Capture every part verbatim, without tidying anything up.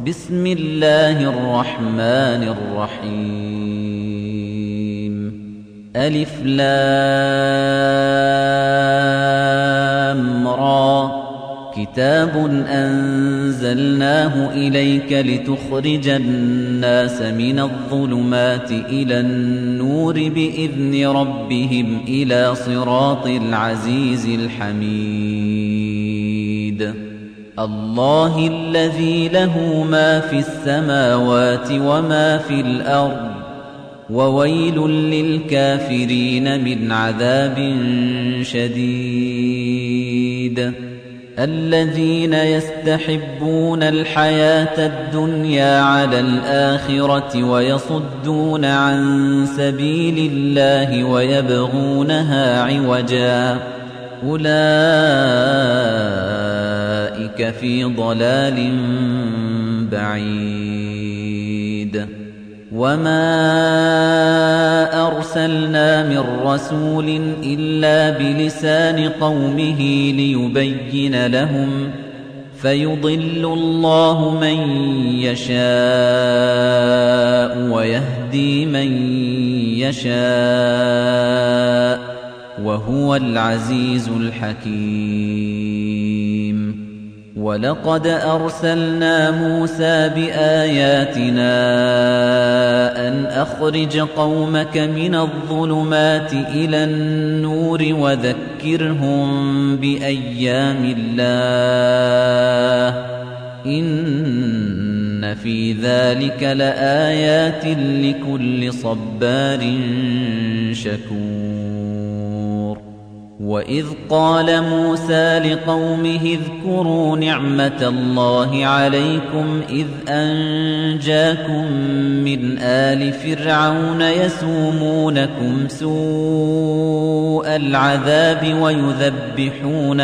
بسم الله الرحمن الرحيم ألف لام را كتاب أنزلناه إليك لتخرج الناس من الظلمات إلى النور بإذن ربهم إلى صراط العزيز الحميد الله الذي له ما في السماوات وما في الأرض وويل للكافرين من عذاب شديد الذين يستحبون الحياة الدنيا على الآخرة ويصدون عن سبيل الله ويبغونها عوجا أولئك في ضلال بعيد وما أرسلنا من رسول إلا بلسان قومه ليبين لهم فيضل الله من يشاء ويهدي من يشاء وهو العزيز الحكيم ولقد أرسلنا موسى بآياتنا أن أخرج قومك من الظلمات إلى النور وذكرهم بأيام الله إن في ذلك لآيات لكل صبار شكور وإذ قال موسى لقومه اذكروا نعمة الله عليكم إذ أنجاكم من آل فرعون يسومونكم سوء العذاب ويذبحون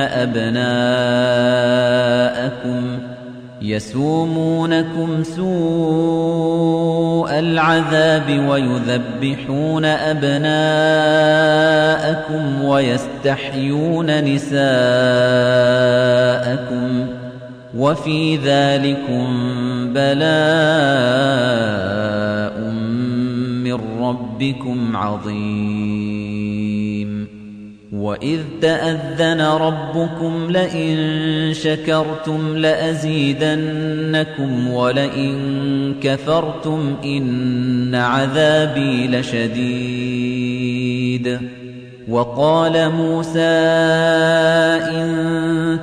أبناءكم يسومونكم سوء العذاب ويذبحون أبناءكم ويستحيون نساءكم وفي ذلكم بلاء من ربكم عظيم وإذ تأذن ربكم لئن شكرتم لأزيدنكم ولئن كفرتم إن عذابي لشديد وقال موسى إن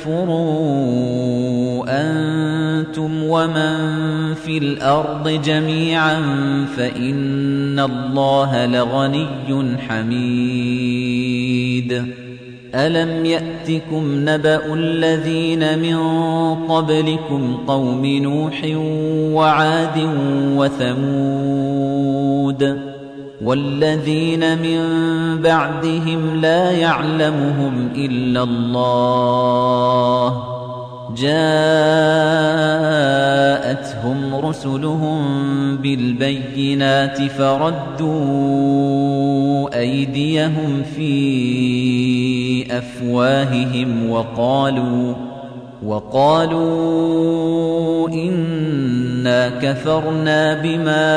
تكفروا أنتم ومن في الأرض جميعا فإن الله لغني حميد ألم يأتكم نبأ الذين من قبلكم قوم نوح وعاد وثمود والذين من بعدهم لا يعلمهم إلا الله جاءتهم رسلهم بالبينات فردوا أيديهم في أفواههم وقالوا وقالوا إنا كفرنا بما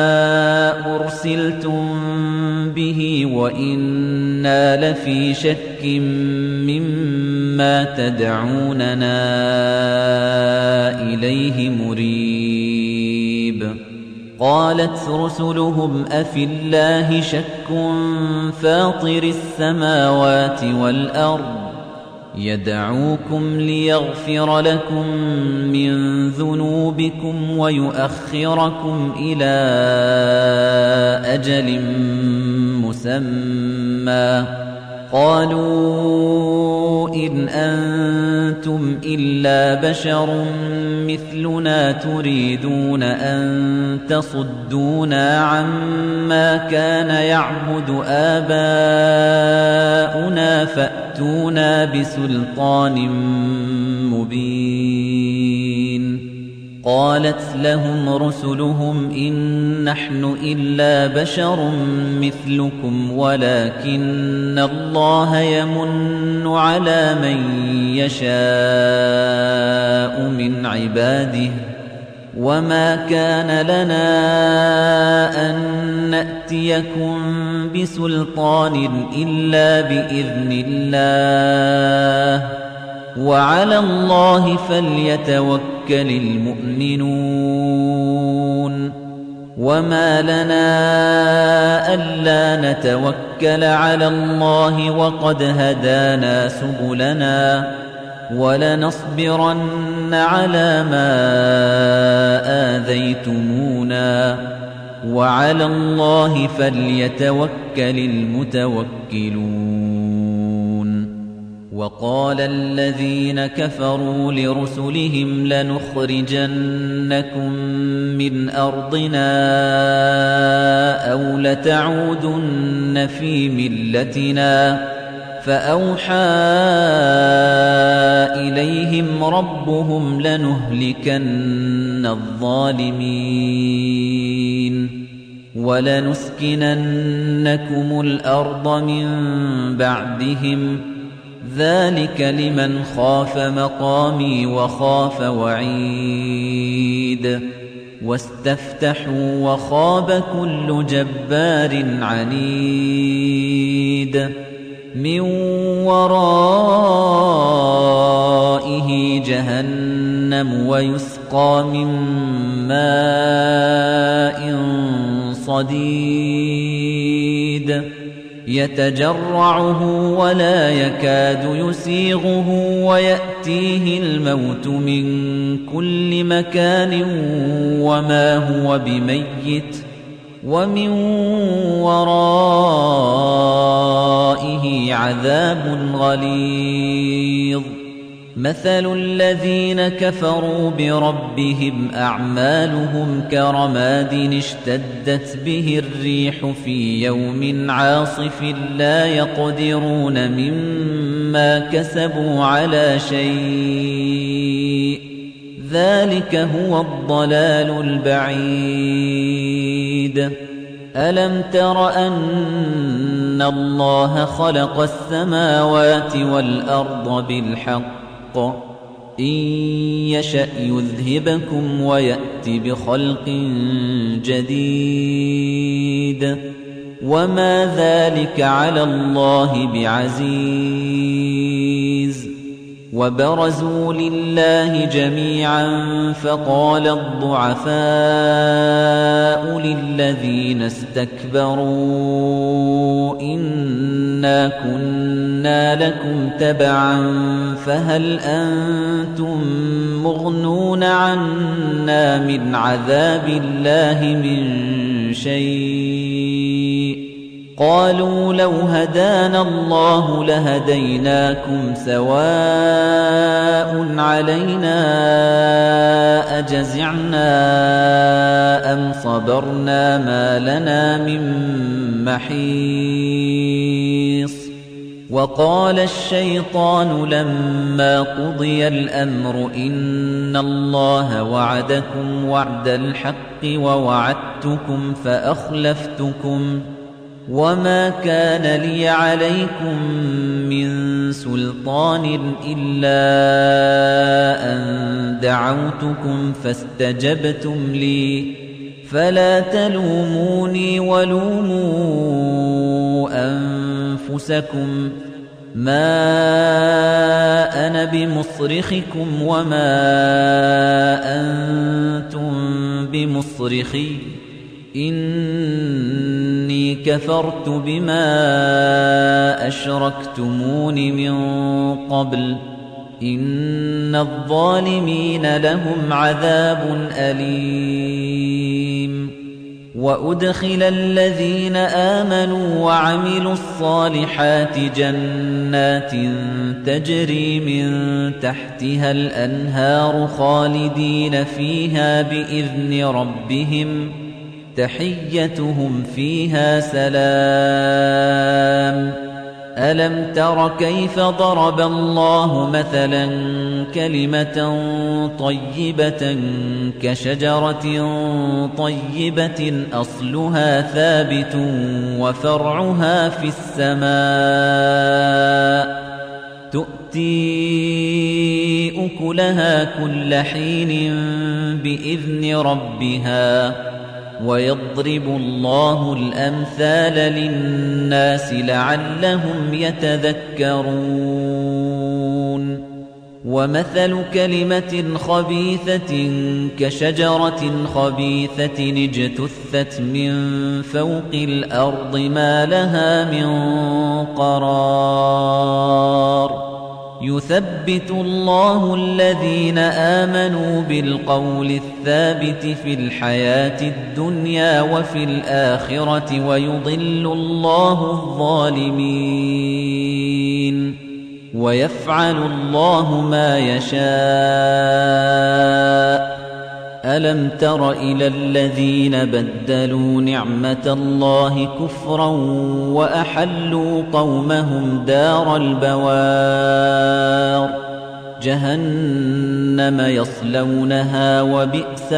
أرسلتم به وإنا لفي شك مما تدعوننا إليه مريب قالت رسلهم أفي الله شك فاطر السماوات والأرض يدعوكم ليغفر لكم من ذنوبكم ويؤخركم إلى أجل مسمى قالوا إن أنتم إلا بشر مثلنا تريدون أن تصدونا عما كان يعبد آباؤنا فأتونا بسلطان مبين قالت لهم رسلهم إن نحن إلا بشر مثلكم ولكن الله يمن على من يشاء من عباده وَمَا كَانَ لَنَا أَن نَّأْتِيَكُم بِسُلْطَانٍ إِلَّا بِإِذْنِ اللَّهِ وَعَلَى اللَّهِ فَلْيَتَوَكَّلِ الْمُؤْمِنُونَ وَمَا لَنَا أَلَّا نَتَوَكَّلَ عَلَى اللَّهِ وَقَدْ هَدَانَا سُبُلَنَا وَلَنَصْبِرَنَّ عَلَى مَا آذَيْتُمُونَا وَعَلَى اللَّهِ فَلْيَتَوَكَّلِ الْمُتَوَكِّلُونَ وَقَالَ الَّذِينَ كَفَرُوا لِرُسُلِهِمْ لَنُخْرِجَنَّكُم مِّنْ أَرْضِنَا أَوْ لَتَعُودُنَّ فِي مِلَّتِنَا فَأَوْحَىٰ إِلَيْهِمْ رَبُّهُمْ لَنُهْلِكَنَّ الظَّالِمِينَ وَلَنُسْكِنَنَّكُمُ الْأَرْضَ مِن بَعْدِهِمْ ذَلِكَ لِمَنْ خَافَ مَقَامِي وَخَافَ وَعِيدِ وَاسْتَفْتَحُوا وَخَابَ كُلُّ جَبَّارٍ عَنِيدٍ مِّن وَرَائِهِ جَهَنَّمُ وَيُسْقَىٰ مِن مَّاءٍ صَدِيدٍ يَتَجَرَّعُهُ وَلَا يَكَادُ يُسِيغُهُ وَيَأْتِيهِ الْمَوْتُ مِن كُلِّ مَكَانٍ وَمَا هُوَ بِمَيِّتٍ وَمِن وَرَائِهِ عَذَابٌ غَلِيظٌ مَثَلُ الَّذِينَ كَفَرُوا بِرَبِّهِمْ أَعْمَالُهُمْ كَرَمَادٍ اشْتَدَّتْ بِهِ الرِّيحُ فِي يَوْمٍ عَاصِفٍ لَّا يَقْدِرُونَ مِمَّا كَسَبُوا عَلَىٰ شَيْءٍ ذَلِكَ هُوَ الضَّلَالُ الْبَعِيدُ أَلَمْ تَرَ أَنَّ اللَّهَ خَلَقَ السَّمَاوَاتِ وَالْأَرْضَ بِالْحَقِّ إِن يَشَأْ يُذْهِبْكُمْ وَيَأْتِ بِخَلْقٍ جَدِيدٍ وَمَا ذَلِكَ عَلَى اللَّهِ بِعَزِيزٍ وَبَرَزُوا لِلَّهِ جَمِيعًا فَقَالَ الضُّعَفَاءُ لِلَّذِينَ اسْتَكْبَرُوا إِنَّا كُنَّا لَكُمْ تَبَعًا فَهَلْ أَنتُم مُّغْنُونَ عَنَّا مِنْ عَذَابِ اللَّهِ مِن شَيْءٍ قَالُوا لَوْ هَدَانَا اللَّهُ لَهَدَيْنَاكُمْ سَوَاءٌ عَلَيْنَا أَجَزِعْنَا أَمْ صَبَرْنَا مَا لَنَا مِن مَّحِيصٍ وَقَالَ الشَّيْطَانُ لَمَّا قُضِيَ الْأَمْرُ إِنَّ اللَّهَ وَعَدَكُمْ وَعْدَ الْحَقِّ وَوَعَدتُّكُمْ فَأَخْلَفْتُكُمْ وَمَا كَانَ لِيَ عَلَيْكُمْ مِنْ سُلْطَانٍ إِلَّا أَنْ دَعَوْتُكُمْ فَاسْتَجَبْتُمْ لِي فَلَا تَلُومُونِي وَلُومُوا أَنفُسَكُمْ مَا أَنَا بِمُصْرِخِكُمْ وَمَا أَنْتُمْ بِمُصْرِخِيَّ إِنِّي كَفَرْتُ بِمَا أَشْرَكْتُمُونِ مِن قَبْلُ إِنَّ الظَّالِمِينَ لَهُمْ عَذَابٌ أَلِيمٌ وَأُدْخِلَ الَّذِينَ آمَنُوا وَعَمِلُوا الصَّالِحَاتِ جَنَّاتٍ تَجْرِي مِن تَحْتِهَا الْأَنْهَارُ خَالِدِينَ فِيهَا بِإِذْنِ رَبِّهِمْ تَحِيَّتُهُمْ فِيهَا سَلَامٌ أَلَمْ تَرَ كَيْفَ ضَرَبَ اللَّهُ مَثَلًا كَلِمَةً طَيِّبَةً كَشَجَرَةٍ طَيِّبَةٍ أَصْلُهَا ثَابِتٌ وَفَرْعُهَا فِي السَّمَاءِ تؤتي أكلها كل حين بإذن ربها ويضرب الله الأمثال للناس لعلهم يتذكرون ومثل كلمة خبيثة كشجرة خبيثة اجتثت من فوق الأرض ما لها من قرار يثبت الله الذين آمنوا بالقول الثابت في الحياة الدنيا وفي الآخرة ويضل الله الظالمين ويفعل الله ما يشاء ألم تر إلى الذين بدلوا نعمة الله كفرا وأحلوا قومهم دار البوار جهنم يصلونها وبئس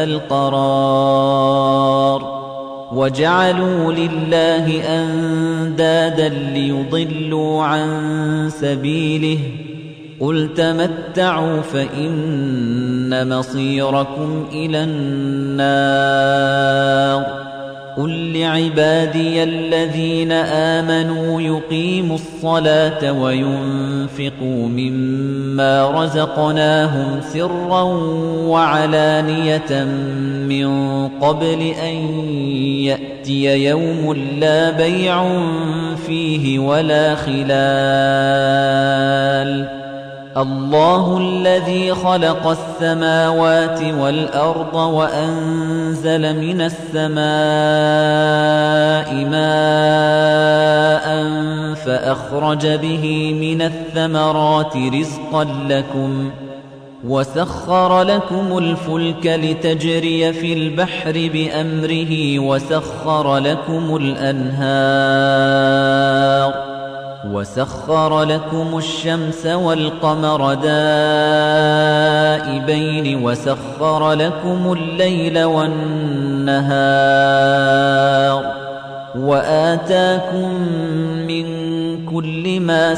القرار وجعلوا لله أندادا ليضلوا عن سبيله قل تمتعوا فإن مصيركم إلى النار قل لعبادي الذين آمنوا يقيموا الصلاة وينفقوا مما رزقناهم سرا وعلانية من قبل أن يأتي يوم لا بيع فيه ولا خلال الله الذي خلق السماوات والأرض وأنزل من السماء ماء فأخرج به من الثمرات رزقا لكم وسخر لكم الفلك لتجري في البحر بأمره وسخر لكم الأنهار وسخر لكم الشمس والقمر دائبين وسخر لكم الليل والنهار وآتاكم من كل ما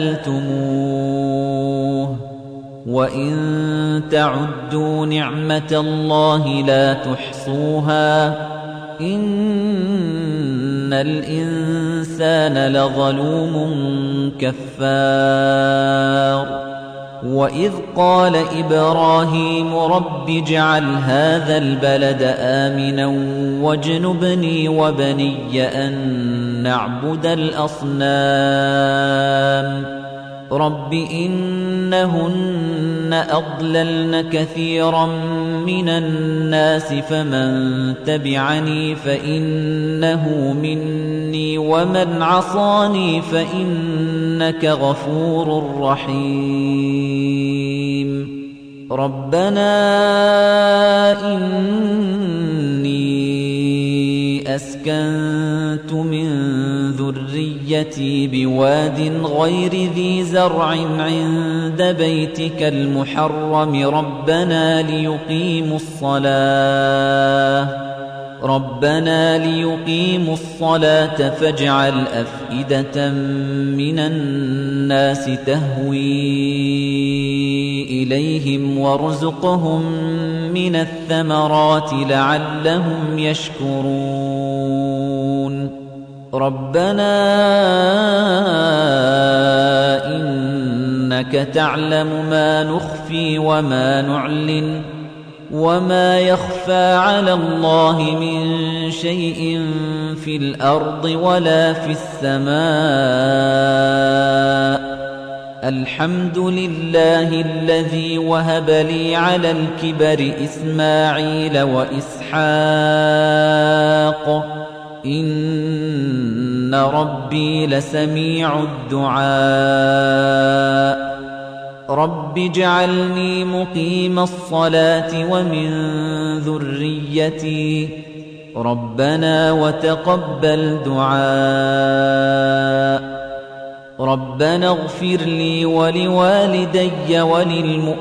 سألتموه وإن تعدوا نعمة الله لا تحصوها إن الإنسان لظلوم كفار وإذ قال إبراهيم رب اجعل هذا البلد آمنا واجنبني وبني أن نعبد الأصنام رب إنهن أضللن كثيرا من الناس فمن تبعني فإنه مني ومن عصاني فإنك غفور رحيم ربنا إني أسكنت من ذريتي بواد غير ذي زرع عند بيتك المحرم ربنا ليقيموا الصلاة ربنا ليقيموا الصلاة فاجعل أفئدة من الناس تهوي إليهم وارزقهم من الثمرات لعلهم يشكرون ربنا إنك تعلم ما نخفي وما نعلن وما يخفى على الله من شيء في الأرض ولا في السماء الحمد لله الذي وهب لي على الكبر إسماعيل وإسحاق إن ربي لسميع الدعاء رب اجعلني مقيم الصلاة ومن ذريتي ربنا وتقبل دعاء ربنا اغفر لي ولوالدي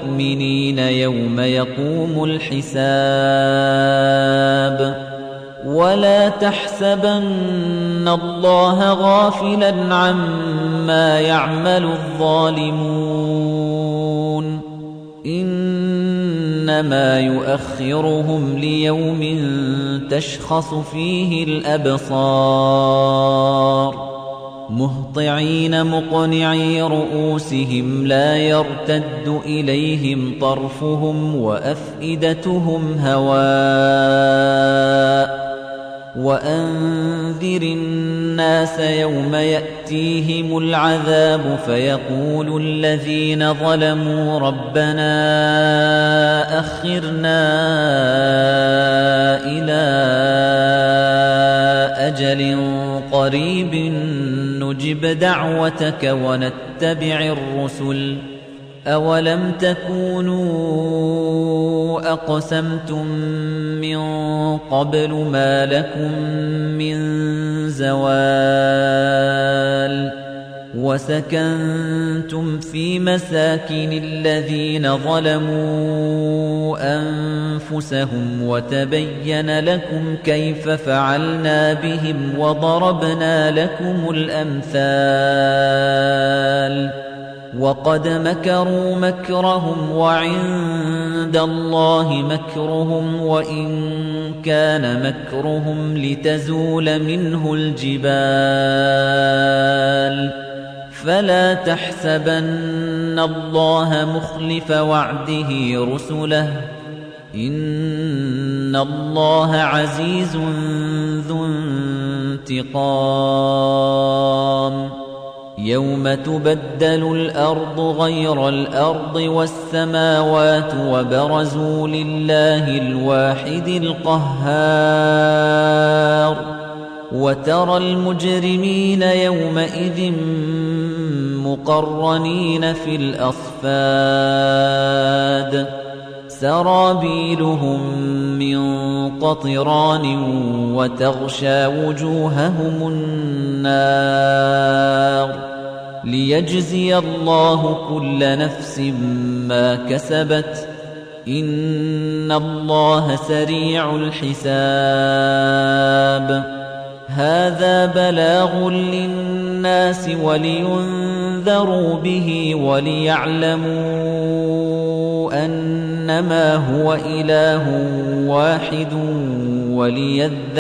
وللمؤمنين يوم يقوم الحساب ولا تحسبن الله غافلاً عما يعمل الظالمون إنما يؤخرهم ليوم تشخص فيه الأبصار مهطعين مقنعي رؤوسهم لا يرتد إليهم طرفهم وأفئدتهم هواء وأنذر الناس يوم يأتيهم العذاب فيقول الذين ظلموا ربنا أخرنا إلى أجل قريب نجب دعوتك ونتبع الرسل أولم تكونوا أقسمتم من قبل ما لكم من زوال وسكنتم في مساكن الذين ظلموا أنفسهم وتبين لكم كيف فعلنا بهم وضربنا لكم الأمثال وقد مكروا مكرهم وعند الله مكرهم وإن كان مكرهم لتزول منه الجبال فلا تحسبن الله مخلف وعده رسله إن الله عزيز ذو انتقام يوم تبدل الأرض غير الأرض والسماوات وبرزوا لله الواحد القهار وترى المجرمين يومئذ مقرنين في الأصفاد سرابيلهم من قطران وتغشى وجوههم النار ليجزي الله كل نفس ما كسبت إن الله سريع الحساب هذا بلاغ للناس ولينذروا به وليعلموا أنما هو إله واحد وليذكروا